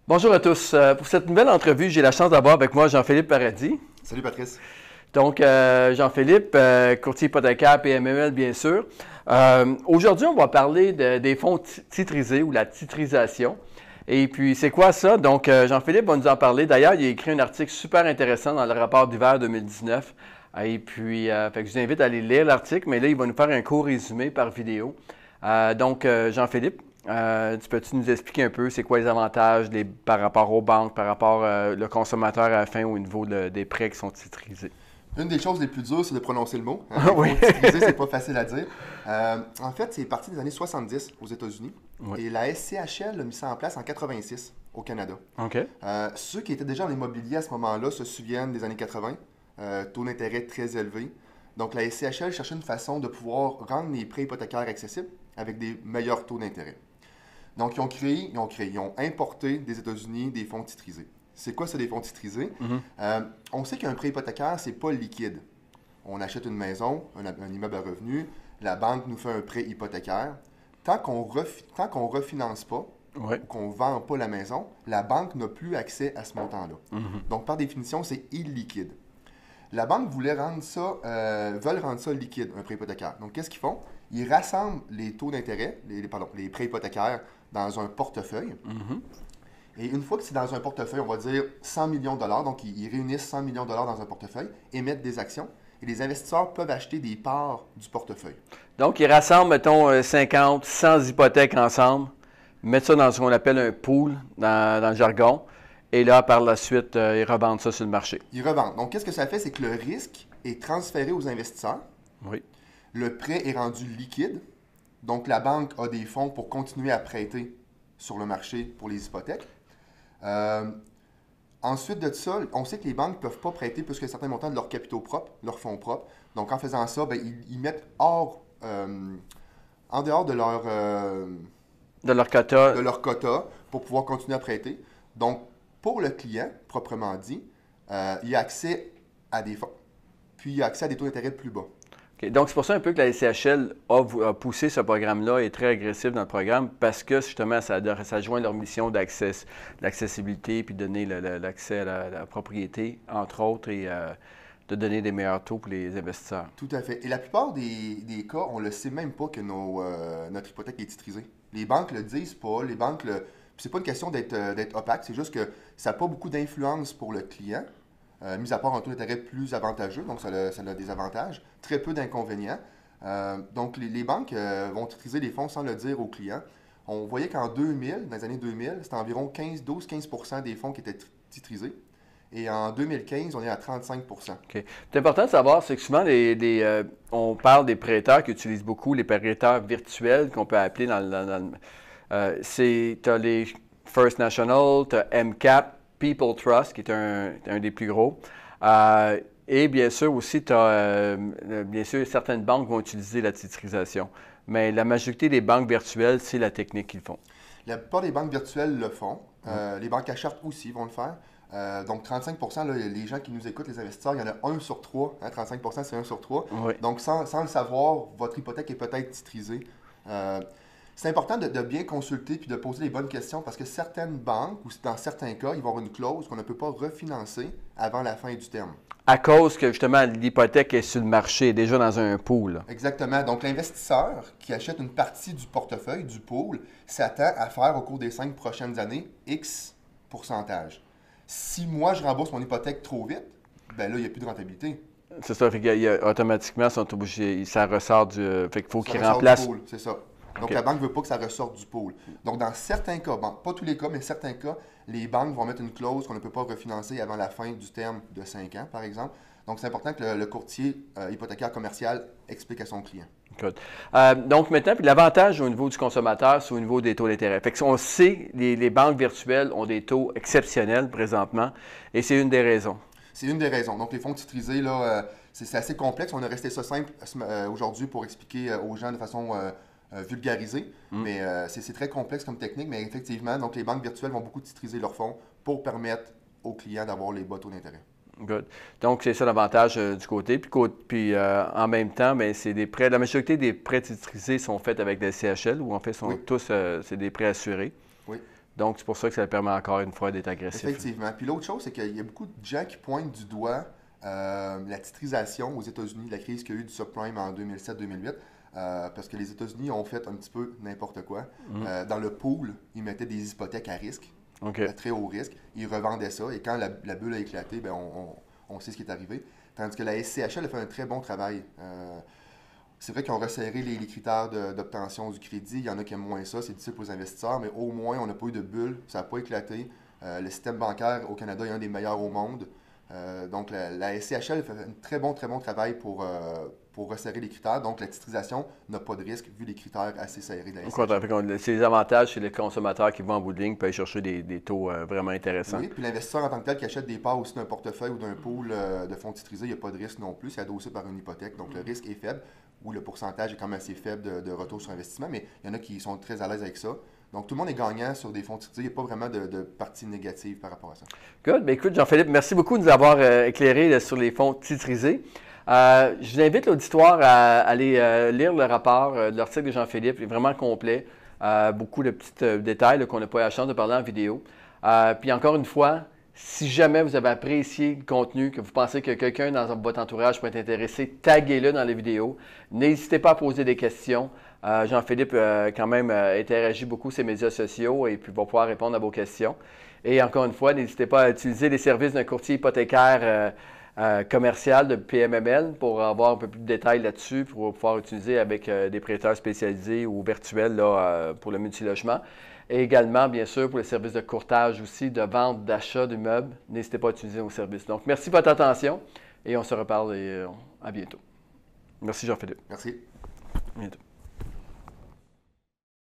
Bonjour à tous. Pour cette nouvelle entrevue, j'ai la chance d'avoir avec moi Jean-Philippe Paradis. Salut Patrice. Donc, Jean-Philippe, courtier hypothécaire PMML, bien sûr. Aujourd'hui, on va parler des fonds titrisés ou la titrisation. Et puis, c'est quoi ça? Donc, Jean-Philippe va nous en parler. D'ailleurs, il a écrit un article super intéressant dans le rapport d'hiver 2019. Et puis, fait que je vous invite à aller lire l'article, mais là, il va nous faire un court résumé par vidéo. Donc, Jean-Philippe, tu peux-tu nous expliquer un peu c'est quoi les avantages par rapport aux banques, par rapport le consommateur à la fin au niveau des prêts qui sont titrisés? Une des choses les plus dures, c'est de prononcer le mot. Oui. Titrisé, c'est pas facile à dire. En fait, c'est parti des années 70 aux États-Unis. Oui. Et la SCHL a mis ça en place en 86 au Canada. OK. Ceux qui étaient déjà dans l'immobilier à ce moment-là se souviennent des années 80. Taux d'intérêt très élevé. Donc, la SCHL cherchait une façon de pouvoir rendre les prêts hypothécaires accessibles avec des meilleurs taux d'intérêt. Donc, ils ont importé des États-Unis des fonds titrisés. C'est quoi ça, des fonds titrisés? On sait qu'un prêt hypothécaire, c'est pas liquide. On achète une maison, un immeuble à revenus, la banque nous fait un prêt hypothécaire. Tant qu'on refinance pas, Oui. ou qu'on ne vend pas la maison, la banque n'a plus accès à ce montant-là. Donc, par définition, c'est illiquide. La banque veulent rendre ça liquide, un prêt hypothécaire. Donc, qu'est-ce qu'ils font? Ils rassemblent les taux d'intérêt, les prêts hypothécaires, dans un portefeuille. Et une fois que c'est dans un portefeuille, on va dire 100 millions de dollars, donc ils réunissent 100 millions de dollars dans un portefeuille, émettent des actions, et les investisseurs peuvent acheter des parts du portefeuille. Donc, ils rassemblent, mettons, 50, 100 hypothèques ensemble, mettent ça dans ce qu'on appelle un pool dans le jargon, et là, par la suite, ils revendent ça sur le marché. Ils revendent. Donc, qu'est-ce que ça fait? C'est que le risque est transféré aux investisseurs. Oui. Le prêt est rendu liquide. Donc, la banque a des fonds pour continuer à prêter sur le marché pour les hypothèques. Ensuite de ça, on sait que les banques ne peuvent pas prêter plus que certains montants de leurs capitaux propres, leurs fonds propres. Donc, en faisant ça, ils mettent en dehors de De leur quota pour pouvoir continuer à prêter. Donc, pour le client, proprement dit, il a accès à des fonds. Puis, il a accès à des taux d'intérêt plus bas. OK. Donc, c'est pour ça un peu que la SCHL a poussé ce programme-là et est très agressif dans le programme parce que, justement, ça joint leur mission d'accessibilité puis donner l'accès à la propriété, entre autres, et de donner des meilleurs taux pour les investisseurs. Tout à fait. Et la plupart des cas, on ne le sait même pas que notre hypothèque est titrisée. Les banques le disent pas. Les banques c'est pas une question d'être opaque, c'est juste que ça n'a pas beaucoup d'influence pour le client. Mis à part un taux d'intérêt plus avantageux, donc ça a des avantages, très peu d'inconvénients. Donc, les banques vont titriser les fonds sans le dire aux clients. On voyait qu'en 2000, dans les années 2000, c'était environ 12-15% des fonds qui étaient titrisés. Et en 2015, on est à 35%. OK. C'est important de savoir, c'est que souvent, on parle des prêteurs qui utilisent beaucoup les prêteurs virtuels qu'on peut appeler tu as les First National, tu as MCAP, People Trust, qui est un des plus gros. Et bien sûr aussi, bien sûr, certaines banques vont utiliser la titrisation. Mais la majorité des banques virtuelles, c'est la technique qu'ils font. La plupart des banques virtuelles le font. Les banques à charte aussi vont le faire. Donc, 35%, là, les gens qui nous écoutent, les investisseurs, il y en a 1 sur 3. 35%, c'est 1 sur 3. Oui. Donc, sans le savoir, votre hypothèque est peut-être titrisée. C'est important de bien consulter puis de poser les bonnes questions parce que certaines banques, ou dans certains cas, ils vont avoir une clause qu'on ne peut pas refinancer avant la fin du terme. À cause que, justement, l'hypothèque est sur le marché, déjà dans un pool. Exactement. Donc, l'investisseur qui achète une partie du portefeuille, du pool, s'attend à faire au cours des 5 prochaines années X pourcentage. Si moi, je rembourse mon hypothèque trop vite, ben là, il n'y a plus de rentabilité. C'est ça, fait automatiquement, ils sont obligés, ça ressort fait qu'il faut qu'ils Ça ressort remplacent. du pool, c'est ça. Donc, OK. la banque ne veut pas que ça ressorte du pool. Donc, dans certains cas, pas tous les cas, mais certains cas, les banques vont mettre une clause qu'on ne peut pas refinancer avant la fin du terme de 5 ans, par exemple. Donc, c'est important que le courtier hypothécaire commercial explique à son client. Good. Donc maintenant, puis l'avantage au niveau du consommateur, c'est au niveau des taux d'intérêt. Fait que on sait, les banques virtuelles ont des taux exceptionnels présentement, et c'est une des raisons. C'est une des raisons. Donc, les fonds titrisés, là, c'est assez complexe. On a resté ça simple aujourd'hui pour expliquer aux gens de façon vulgarisée. Mais c'est très complexe comme technique. Mais effectivement, donc les banques virtuelles vont beaucoup titriser leurs fonds pour permettre aux clients d'avoir les bas taux d'intérêt. Good. Donc, c'est ça l'avantage du côté. Puis en même temps, bien, c'est des prêts. La majorité des prêts titrisés sont faits avec des CHL, ou en fait, sont Oui. tous, c'est des prêts assurés. Oui. Donc, c'est pour ça que ça permet encore une fois d'être agressif. Effectivement. Puis l'autre chose, c'est qu'il y a beaucoup de gens qui pointent du doigt la titrisation aux États-Unis, la crise qu'il y a eu du subprime en 2007-2008. Parce que les États-Unis ont fait un petit peu n'importe quoi. Dans le pool, ils mettaient des hypothèques à risque, à très haut risque. Ils revendaient ça. Et quand la bulle a éclaté, ben, on sait ce qui est arrivé. Tandis que la SCHL a fait un très bon travail. C'est vrai qu'ils ont resserré les critères d'obtention du crédit. Il y en a qui aiment moins ça. C'est difficile pour les investisseurs. Mais au moins, on n'a pas eu de bulle. Ça n'a pas éclaté. Le système bancaire au Canada est un des meilleurs au monde. Donc, la SCHL fait un très bon travail pour resserrer les critères. Donc, la titrisation n'a pas de risque vu les critères assez serrés de la SCHL. C'est les avantages chez les consommateurs qui vont en bout de ligne pour aller chercher des taux vraiment intéressants. Oui, puis l'investisseur en tant que tel qui achète des parts aussi d'un portefeuille ou d'un pool de fonds titrisés, il n'y a pas de risque non plus. C'est adossé par une hypothèque. Donc, le risque est faible ou le pourcentage est quand même assez faible de retour sur investissement. Mais il y en a qui sont très à l'aise avec ça. Donc, tout le monde est gagnant sur des fonds titrisés. Il n'y a pas vraiment de partie négative par rapport à ça. Good. Bien, écoute, Jean-Philippe, merci beaucoup de nous avoir éclairé sur les fonds titrisés. Je vous invite l'auditoire à aller lire le rapport de l'article de Jean-Philippe. Il est vraiment complet. Beaucoup de petits détails qu'on n'a pas eu la chance de parler en vidéo. Puis encore une fois, si jamais vous avez apprécié le contenu, que vous pensez que quelqu'un dans votre entourage peut être intéressé, taguez-le dans les vidéos. N'hésitez pas à poser des questions. Jean-Philippe quand même interagit beaucoup sur les médias sociaux et puis va pouvoir répondre à vos questions. Et encore une fois, n'hésitez pas à utiliser les services d'un courtier hypothécaire commercial de PMML pour avoir un peu plus de détails là-dessus, pour pouvoir utiliser avec des prêteurs spécialisés ou virtuels là, pour le multilogement. Et également, bien sûr, pour les services de courtage aussi, de vente, d'achat d'immeubles. N'hésitez pas à utiliser nos services. Donc, merci pour votre attention et on se reparle à bientôt. Merci Jean-Philippe. Merci. À bientôt.